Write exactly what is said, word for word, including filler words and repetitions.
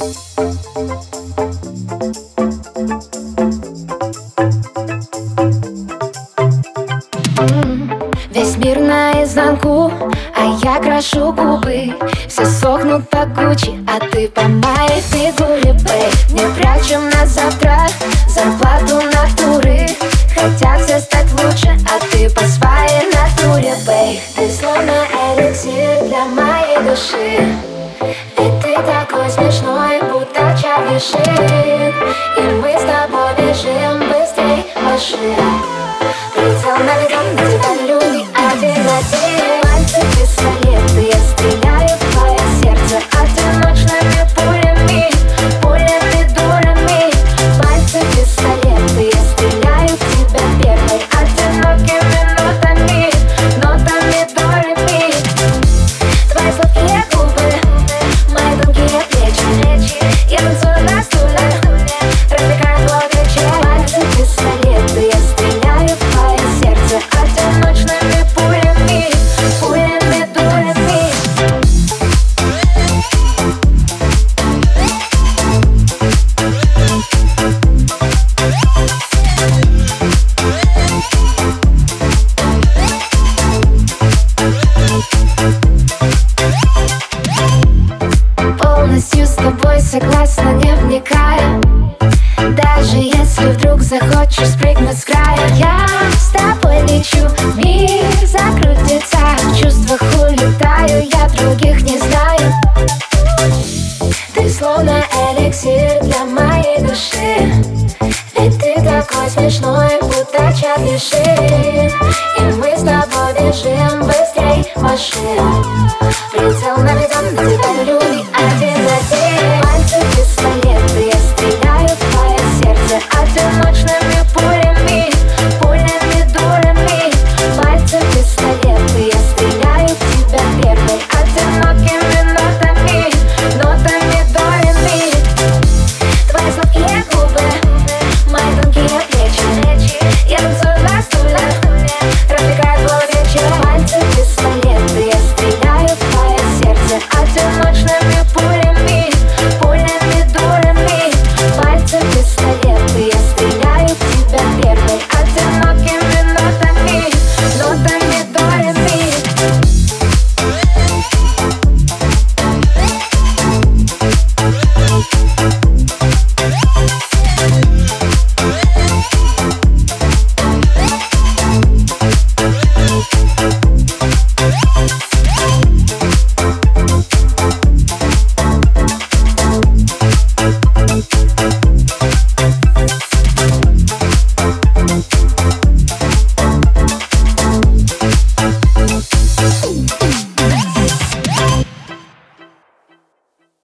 Весь мир наизнанку, а я крашу губы. Все сохнут по Гуччи, а ты по моей фигуре, бэй. Не прячем на завтра зарплату натуры. Хотят все стать лучше, а ты по своей натуре, бэй. Ты словно эликсир для моей души. Ведь ты такой смешной, будто Чарли Шин. И мы с тобой бежим быстрей машин. Прицел наведен на тебя, люди, один-один. Пальцы пистолеты, я стреляю в твое сердце одиночными пулями, пулями, дулями. Пальцы пистолеты, я стреляю в тебя первой одинокими нотами, нотами, долями. Твои сладкие губы, мои тонкие плечи. Я танцую на стуле, распекая твой плечи. Пальцы пистолеты, я стреляю в твое сердце одиночными пулями, пулями, дулями. Полностью с тобой согласна, не вникая. Даже если вдруг захочешь спрыгнуть с края, я с тобой лечу, мир закрутится. В чувствах улетаю, я других не знаю. Ты словно эликсир для моей души. Ведь ты такой смешной, будто Чарли Шин. И мы с тобой бежим быстрей машин.